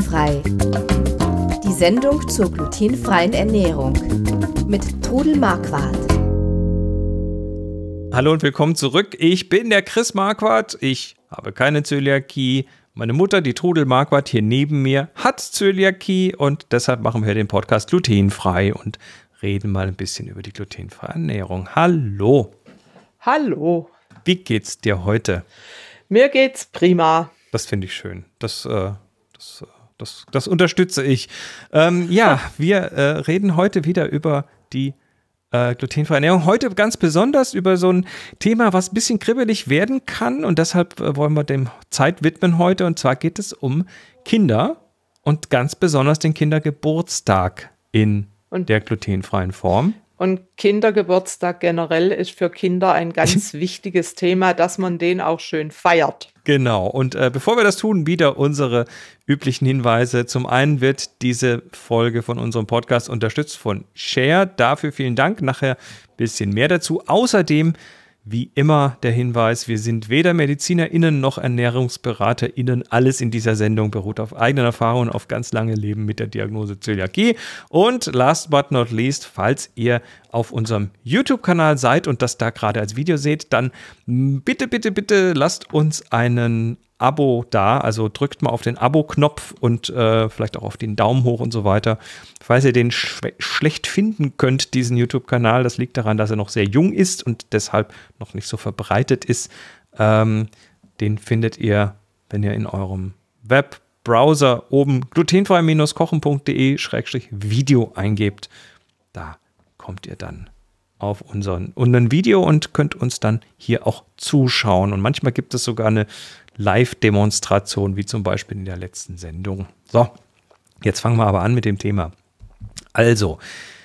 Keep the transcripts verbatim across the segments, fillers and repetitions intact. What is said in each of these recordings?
Glutenfrei. Die Sendung zur glutenfreien Ernährung mit Trudel Marquardt. Hallo und willkommen zurück. Ich bin der Chris Marquardt. Ich habe keine Zöliakie. Meine Mutter, die Trudel Marquardt, hier neben mir, hat Zöliakie und deshalb machen wir den Podcast glutenfrei und reden mal ein bisschen über die glutenfreie Ernährung. Hallo. Hallo. Wie geht's dir heute? Mir geht's prima. Das finde ich schön. Das, äh, das, das, das unterstütze ich. Ähm, ja, wir äh, reden heute wieder über die äh, glutenfreie Ernährung. Heute ganz besonders über so ein Thema, was ein bisschen kribbelig werden kann. Und deshalb äh, wollen wir dem Zeit widmen heute. Und zwar geht es um Kinder und ganz besonders den Kindergeburtstag in und der glutenfreien Form. Und Kindergeburtstag generell ist für Kinder ein ganz wichtiges Thema, dass man den auch schön feiert. Genau. Und äh, bevor wir das tun, wieder unsere üblichen Hinweise. Zum einen wird diese Folge von unserem Podcast unterstützt von Share. Dafür vielen Dank. Nachher ein bisschen mehr dazu. Außerdem, wie immer, der Hinweis, wir sind weder MedizinerInnen noch ErnährungsberaterInnen. Alles in dieser Sendung beruht auf eigenen Erfahrungen, auf ganz lange Leben mit der Diagnose Zöliakie. Und last but not least, falls ihr auf unserem YouTube-Kanal seid und das da gerade als Video seht, dann bitte, bitte, bitte lasst uns einen Abo da, also drückt mal auf den Abo-Knopf und äh, vielleicht auch auf den Daumen hoch und so weiter. Falls ihr den sch- schlecht finden könnt, diesen YouTube-Kanal, das liegt daran, dass er noch sehr jung ist und deshalb noch nicht so verbreitet ist. Ähm, den findet ihr, wenn ihr in eurem Webbrowser oben glutenfrei kochen.de schrägstrich Video eingebt. Da kommt ihr dann auf unseren, unseren Video und könnt uns dann hier auch zuschauen. Und manchmal gibt es sogar eine Live-Demonstration, wie zum Beispiel in der letzten Sendung. So, jetzt fangen wir aber an mit dem Thema. Also,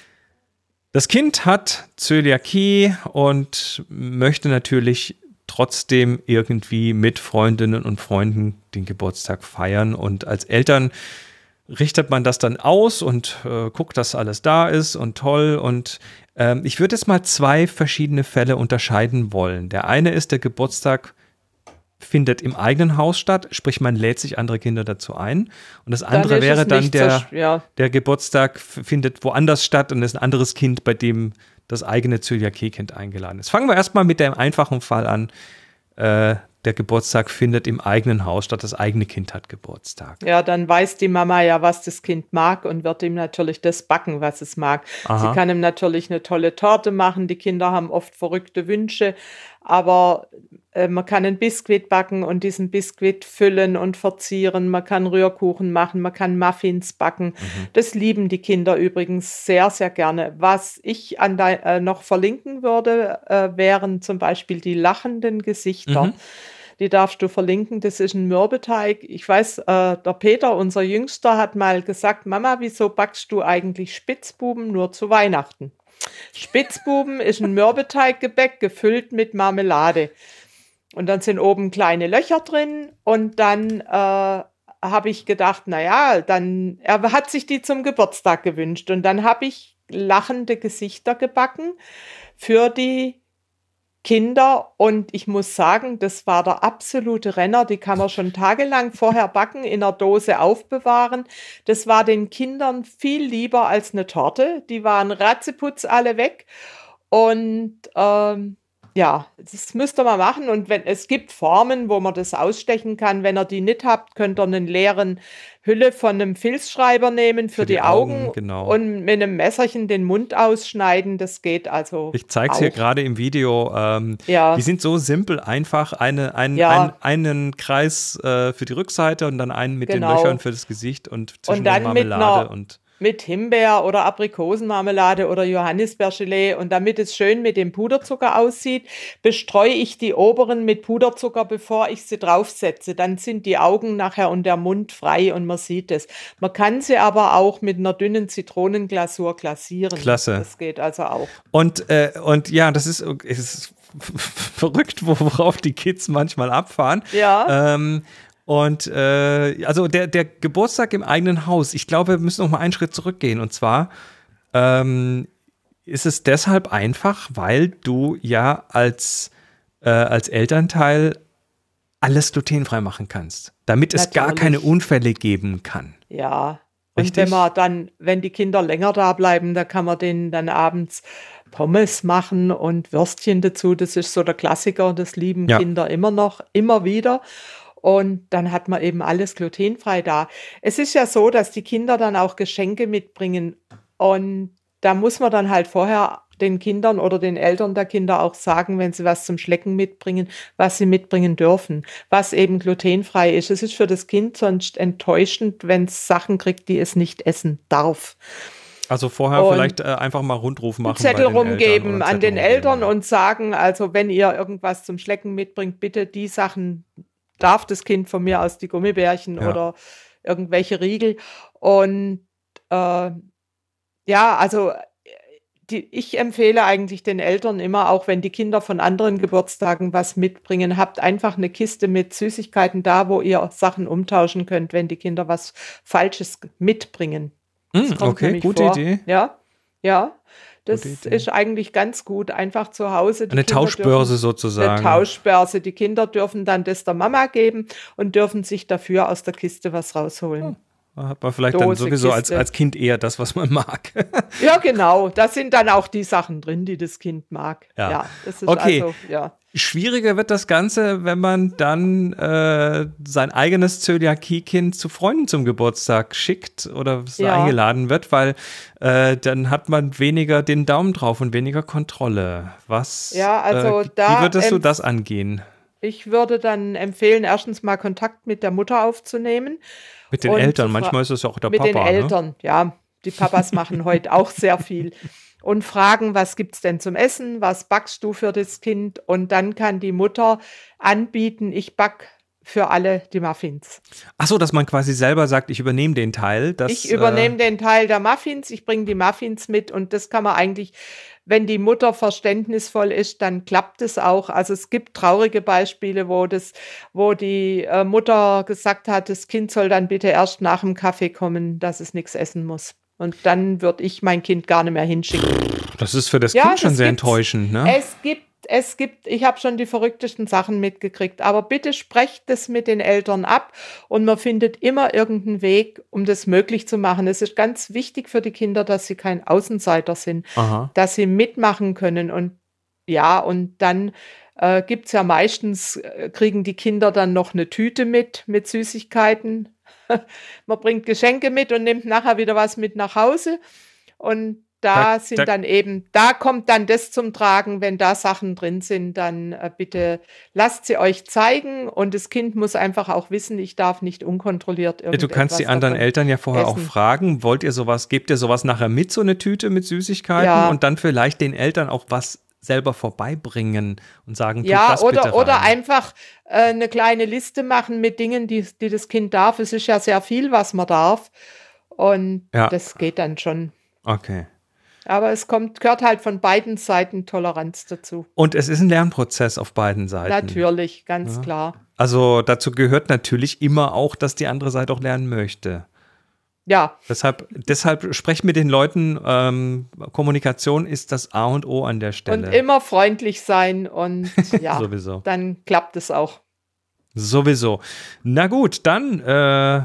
das Kind hat Zöliakie und möchte natürlich trotzdem irgendwie mit Freundinnen und Freunden den Geburtstag feiern. Und als Eltern richtet man das dann aus und äh, guckt, dass alles da ist und toll. Und ähm, ich würde jetzt mal zwei verschiedene Fälle unterscheiden wollen. Der eine ist, der Geburtstag findet im eigenen Haus statt, sprich man lädt sich andere Kinder dazu ein. Und das andere dann wäre dann der, so, ja. der Geburtstag findet woanders statt und ist ein anderes Kind, bei dem das eigene Zöliakie-Kind eingeladen ist. Fangen wir erstmal mit dem einfachen Fall an. Äh, der Geburtstag findet im eigenen Haus statt, das eigene Kind hat Geburtstag. Ja, dann weiß die Mama ja, was das Kind mag und wird ihm natürlich das backen, was es mag. Aha. Sie kann ihm natürlich eine tolle Torte machen, die Kinder haben oft verrückte Wünsche, aber äh, man kann einen Biskuit backen und diesen Biskuit füllen und verzieren, man kann Rührkuchen machen, man kann Muffins backen. Mhm. Das lieben die Kinder übrigens sehr, sehr gerne. Was ich an de- äh, noch verlinken würde, äh, wären zum Beispiel die lachenden Gesichter. Mhm. Die darfst du verlinken, das ist ein Mürbeteig. Ich weiß, äh, der Peter, unser Jüngster, hat mal gesagt, Mama, wieso backst du eigentlich Spitzbuben nur zu Weihnachten? Spitzbuben ist ein Mürbeteiggebäck gefüllt mit Marmelade. Und dann sind oben kleine Löcher drin und dann äh, habe ich gedacht, naja, dann, er hat sich die zum Geburtstag gewünscht und dann habe ich lachende Gesichter gebacken für die Kinder und ich muss sagen, das war der absolute Renner, die kann man schon tagelang vorher backen, in einer Dose aufbewahren. Das war den Kindern viel lieber als eine Torte, die waren ratzeputz alle weg und ähm, ja, das müsst ihr mal machen und wenn es gibt Formen, wo man das ausstechen kann, wenn ihr die nicht habt, könnt ihr einen leeren Hülle von einem Filzschreiber nehmen für, für die, die Augen, Augen genau. Und mit einem Messerchen den Mund ausschneiden, das geht also. Ich zeige es hier gerade im Video, ähm, ja. Die sind so simpel, einfach eine, ein, ja. ein, einen Kreis äh, für die Rückseite und dann einen mit genau. den Löchern für das Gesicht und zwischen und dann Marmelade mit einer, und mit Himbeer- oder Aprikosenmarmelade oder Johannisbeergelee und damit es schön mit dem Puderzucker aussieht, bestreue ich die oberen mit Puderzucker, bevor ich sie draufsetze. Dann sind die Augen nachher und der Mund frei und man sieht es. Man kann sie aber auch mit einer dünnen Zitronenglasur glasieren. Klasse. Das geht also auch. Und, äh, und ja, das ist, ist verrückt, worauf die Kids manchmal abfahren. Ja. Ähm, Und äh, also der, der Geburtstag im eigenen Haus, ich glaube, wir müssen noch mal einen Schritt zurückgehen. Und zwar ähm, ist es deshalb einfach, weil du ja als, äh, als Elternteil alles glutenfrei machen kannst, damit es Natürlich. gar keine Unfälle geben kann. Ja, und Richtig? wenn man dann, wenn die Kinder länger da bleiben, da kann man denen dann abends Pommes machen und Würstchen dazu. Das ist so der Klassiker, das lieben Ja. Kinder immer noch, immer wieder. Und dann hat man eben alles glutenfrei da. Es ist ja so, dass die Kinder dann auch Geschenke mitbringen. Und da muss man dann halt vorher den Kindern oder den Eltern der Kinder auch sagen, wenn sie was zum Schlecken mitbringen, was sie mitbringen dürfen, was eben glutenfrei ist. Es ist für das Kind sonst enttäuschend, wenn es Sachen kriegt, die es nicht essen darf. Also vorher Und vielleicht äh, einfach mal Rundruf machen. Zettel bei den rumgeben Eltern oder an den Zettel rumgeben, Eltern ja. und sagen, also wenn ihr irgendwas zum Schlecken mitbringt, bitte die Sachen darf das Kind von mir aus, die Gummibärchen Ja. oder irgendwelche Riegel. Und äh, ja, also die, ich empfehle eigentlich den Eltern immer, auch wenn die Kinder von anderen Geburtstagen was mitbringen, habt einfach eine Kiste mit Süßigkeiten da, wo ihr Sachen umtauschen könnt, wenn die Kinder was Falsches mitbringen. Das Hm, kommt okay, nämlich gute vor. Idee. Ja, ja. Das Gute Idee. ist eigentlich ganz gut. Einfach zu Hause. Die Eine Kinder Tauschbörse dürfen, sozusagen. Eine Tauschbörse. Die Kinder dürfen dann das der Mama geben und dürfen sich dafür aus der Kiste was rausholen. Da hat man vielleicht dann Dose, sowieso als, Kiste. als Kind eher das, was man mag. Ja, genau. Da sind dann auch die Sachen drin, die das Kind mag. Ja. das ist Okay. also, ja. Schwieriger wird das Ganze, wenn man dann äh, sein eigenes Zöliakie-Kind zu Freunden zum Geburtstag schickt oder es Ja. eingeladen wird, weil äh, dann hat man weniger den Daumen drauf und weniger Kontrolle. Was, Ja, also äh, da wie würdest du empf- das angehen? Ich würde dann empfehlen, erstens mal Kontakt mit der Mutter aufzunehmen. Mit den Und Eltern, zu fra- manchmal ist es ja auch der mit Papa. den Eltern, ja. Die Papas machen heute auch sehr viel. Und fragen, was gibt's denn zum Essen? Was backst du für das Kind? Und dann kann die Mutter anbieten, ich back für alle die Muffins. Ne? Achso, dass man quasi selber sagt, ich übernehme den Teil. Das, Ich übernehme äh, den Teil der Muffins, ich bringe die Muffins mit und das kann man eigentlich, wenn die Mutter verständnisvoll ist, dann klappt es auch. Also es gibt traurige Beispiele, wo das, wo die äh, Mutter gesagt hat, das Kind soll dann bitte erst nach dem Kaffee kommen, dass es nichts essen muss. Und dann würde ich mein Kind gar nicht mehr hinschicken. Das ist für das Ja, Kind schon das sehr gibt's. enttäuschend, ne? Es gibt, es gibt, ich habe schon die verrücktesten Sachen mitgekriegt, aber bitte sprecht das mit den Eltern ab und man findet immer irgendeinen Weg, um das möglich zu machen. Es ist ganz wichtig für die Kinder, dass sie kein Außenseiter sind, Aha. dass sie mitmachen können und ja, und dann äh, gibt es ja meistens, äh, kriegen die Kinder dann noch eine Tüte mit, mit Süßigkeiten. Man bringt Geschenke mit und nimmt nachher wieder was mit nach Hause und da, Da- sind da- dann eben, da kommt dann das zum Tragen, wenn da Sachen drin sind, dann äh, bitte lasst sie euch zeigen und das Kind muss einfach auch wissen, ich darf nicht unkontrolliert Ja, irgendetwas du kannst die anderen davon Eltern ja vorher auch essen. fragen, wollt ihr sowas, gebt ihr sowas nachher mit, so eine Tüte mit Süßigkeiten Ja. und dann vielleicht den Eltern auch was selber vorbeibringen und sagen, tut Ja, das oder, bitte oder rein. einfach äh, eine kleine Liste machen mit Dingen, die, die das Kind darf. Es ist ja sehr viel, was man darf. Und Ja. das geht dann schon. Okay. Aber es kommt, gehört halt von beiden Seiten Toleranz dazu. Und es ist ein Lernprozess auf beiden Seiten. Natürlich, ganz klar. Also dazu gehört natürlich immer auch, dass die andere Seite auch lernen möchte. Ja, Deshalb, deshalb sprech mit den Leuten, ähm, Kommunikation ist das A und O an der Stelle. und immer freundlich sein und ja, Sowieso. dann klappt es auch. Sowieso. Na gut, dann, äh,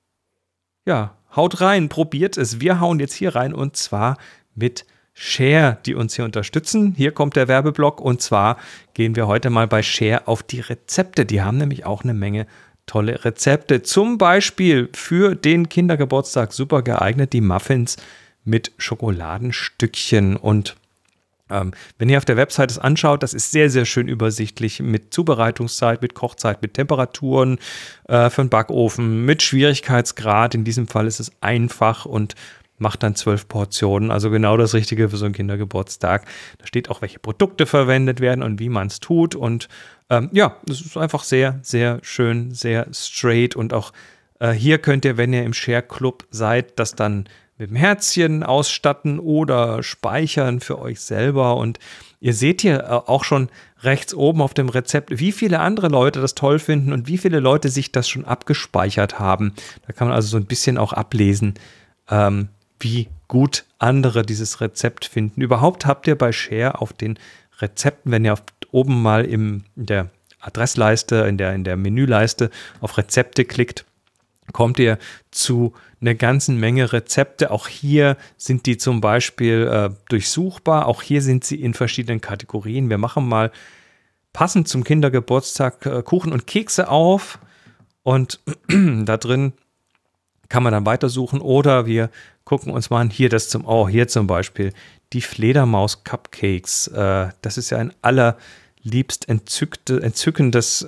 ja, haut rein, probiert es. Wir hauen jetzt hier rein und zwar mit Share, die uns hier unterstützen. Hier kommt der Werbeblock und zwar gehen wir heute mal bei Share auf die Rezepte. Die haben nämlich auch eine Menge tolle Rezepte. Zum Beispiel für den Kindergeburtstag super geeignet die Muffins mit Schokoladenstückchen. Und ähm, wenn ihr auf der Website es anschaut, das ist sehr, sehr schön übersichtlich mit Zubereitungszeit, mit Kochzeit, mit Temperaturen äh, für den Backofen, mit Schwierigkeitsgrad. In diesem Fall ist es einfach und macht dann zwölf Portionen, also genau das Richtige für so einen Kindergeburtstag. Da steht auch, welche Produkte verwendet werden und wie man es tut. Und ähm, ja, es ist einfach sehr, sehr schön, sehr straight. Und auch äh, hier könnt ihr, wenn ihr im Share Club seid, das dann mit dem Herzchen ausstatten oder speichern für euch selber. Und ihr seht hier äh, auch schon rechts oben auf dem Rezept, wie viele andere Leute das toll finden und wie viele Leute sich das schon abgespeichert haben. Da kann man also so ein bisschen auch ablesen, ähm, wie gut andere dieses Rezept finden. Überhaupt habt ihr bei Share auf den Rezepten, wenn ihr auf, oben mal im, in der Adressleiste, in der, in der Menüleiste auf Rezepte klickt, kommt ihr zu einer ganzen Menge Rezepte. Auch hier sind die zum Beispiel äh, durchsuchbar. Auch hier sind sie in verschiedenen Kategorien. Wir machen mal passend zum Kindergeburtstag äh, Kuchen und Kekse auf und da drin kann man dann weitersuchen oder wir gucken uns mal an, hier das zum, oh, hier zum Beispiel die Fledermaus-Cupcakes. Äh, das ist ja ein allerliebst entzückte, entzückendes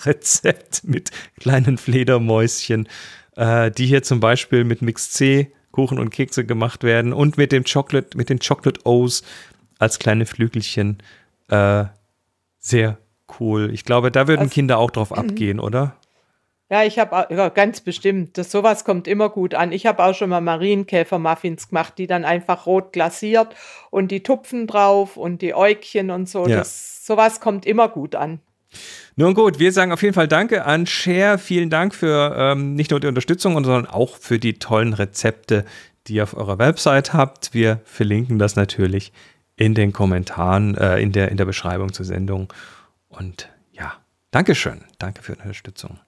Rezept mit kleinen Fledermäuschen, äh, die hier zum Beispiel mit Mix C Kuchen und Kekse gemacht werden und mit dem Chocolate, mit den Chocolate O's als kleine Flügelchen. Äh, sehr cool. Ich glaube, da würden also, Kinder auch drauf abgehen, oder? Ja, ich habe ja, ganz bestimmt. Das, sowas kommt immer gut an. Ich habe auch schon mal Marienkäfer-Muffins gemacht, die dann einfach rot glasiert und die Tupfen drauf und die Äugchen und so. Ja. Das, sowas kommt immer gut an. Nun gut, wir sagen auf jeden Fall Danke an Share. Vielen Dank für ähm, nicht nur die Unterstützung, sondern auch für die tollen Rezepte, die ihr auf eurer Website habt. Wir verlinken das natürlich in den Kommentaren, äh, in der, in der Beschreibung zur Sendung. Und ja, Dankeschön. Danke für die Unterstützung.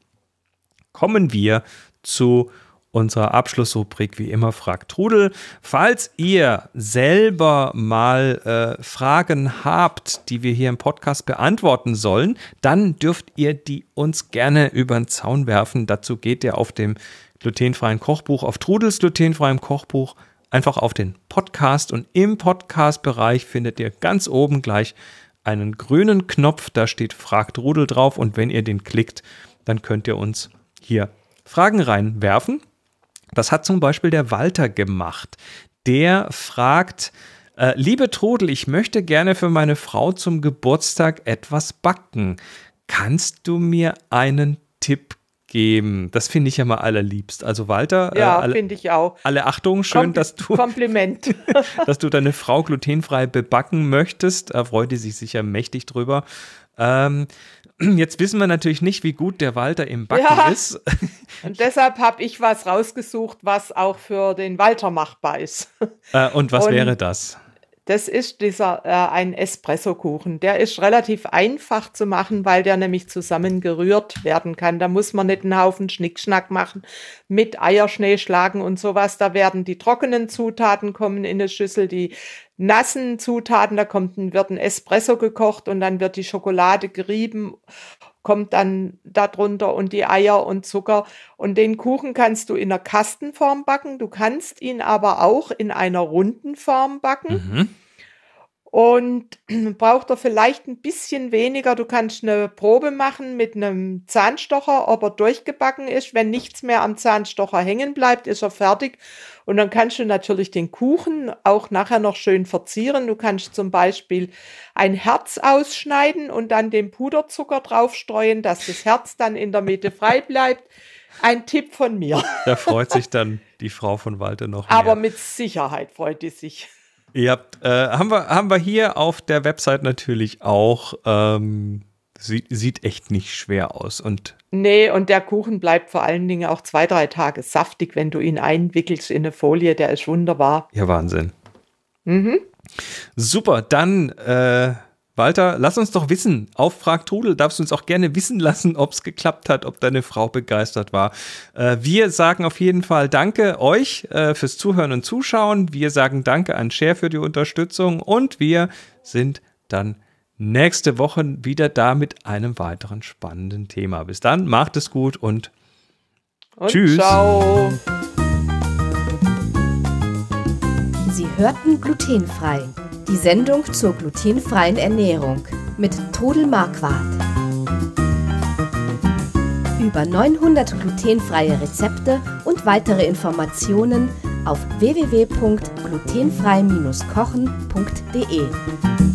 Kommen wir zu unserer Abschlussrubrik, wie immer, fragt Trudel. Falls ihr selber mal äh, Fragen habt, die wir hier im Podcast beantworten sollen, dann dürft ihr die uns gerne über den Zaun werfen. Dazu geht ihr auf dem glutenfreien Kochbuch, auf Trudels glutenfreiem Kochbuch, einfach auf den Podcast und im Podcast-Bereich findet ihr ganz oben gleich einen grünen Knopf, da steht Fragt Trudel drauf und wenn ihr den klickt, dann könnt ihr uns hier Fragen reinwerfen. Das hat zum Beispiel der Walter gemacht. Der fragt, äh, liebe Trudel, ich möchte gerne für meine Frau zum Geburtstag etwas backen. Kannst du mir einen Tipp geben? Das finde ich ja mal allerliebst. Also Walter, ja, äh, finde ich auch. Alle Achtung, schön, Kom- dass du Kompliment. dass du deine Frau glutenfrei bebacken möchtest. Da freut die sich sicher mächtig drüber. Ähm, Jetzt wissen wir natürlich nicht, wie gut der Walter im Backen ja, ist. Und deshalb habe ich was rausgesucht, was auch für den Walter machbar ist. Äh, und was und wäre das? Das ist dieser äh, ein Espressokuchen. Der ist relativ einfach zu machen, weil der nämlich zusammen gerührt werden kann. Da muss man nicht einen Haufen Schnickschnack machen mit Eierschnee schlagen und sowas. Da werden die trockenen Zutaten kommen in eine Schüssel, die nassen Zutaten, da kommt ein, wird ein Espresso gekocht und dann wird die Schokolade gerieben, kommt dann darunter und die Eier und Zucker. Und den Kuchen kannst du in einer Kastenform backen, du kannst ihn aber auch in einer runden Form backen. Mhm. Und braucht er vielleicht ein bisschen weniger. Du kannst eine Probe machen mit einem Zahnstocher, ob er durchgebacken ist. Wenn nichts mehr am Zahnstocher hängen bleibt, ist er fertig. Und dann kannst du natürlich den Kuchen auch nachher noch schön verzieren. Du kannst zum Beispiel ein Herz ausschneiden und dann den Puderzucker draufstreuen, dass das Herz dann in der Mitte frei bleibt. Ein Tipp von mir. Da freut sich dann die Frau von Walter noch mehr. Aber mit Sicherheit freut die sich. Ihr habt, äh, haben wir, haben wir hier auf der Website natürlich auch. Ähm, sieht, sieht echt nicht schwer aus. Und nee, und der Kuchen bleibt vor allen Dingen auch zwei, drei Tage saftig, wenn du ihn einwickelst in eine Folie. Der ist wunderbar. Ja, Wahnsinn. Mhm. Super, dann äh, Walter, lass uns doch wissen, auf Frag Trudel darfst du uns auch gerne wissen lassen, ob es geklappt hat, ob deine Frau begeistert war. Äh, wir sagen auf jeden Fall Danke euch äh, fürs Zuhören und Zuschauen. Wir sagen Danke an Share für die Unterstützung und wir sind dann nächste Woche wieder da mit einem weiteren spannenden Thema. Bis dann, macht es gut und, und tschüss. Ciao. Sie hörten Glutenfrei. Die Sendung zur glutenfreien Ernährung mit Trudel Marquardt. Über neunhundert glutenfreie Rezepte und weitere Informationen auf w w w punkt glutenfrei Bindestrich kochen punkt de.